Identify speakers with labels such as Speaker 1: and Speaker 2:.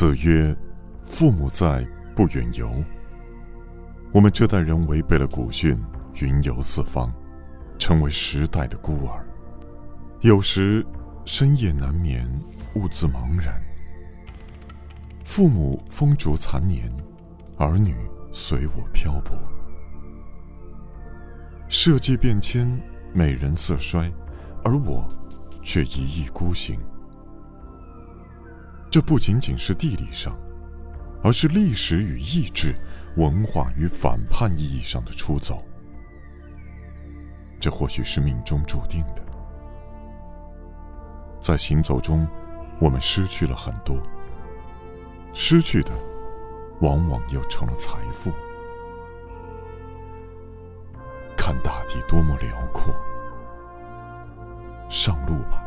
Speaker 1: 子曰：父母在，不远游。我们这代人违背了古训，云游四方，成为时代的孤儿。有时深夜难眠，兀自茫然。父母风烛残年，儿女随我漂泊。社稷变迁，美人色衰，而我却一意孤行。这不仅仅是地理上，而是历史与意志、文化与反叛意义上的出走。这或许是命中注定的。在行走中，我们失去了很多，失去的往往又成了财富。看大地多么辽阔，上路吧。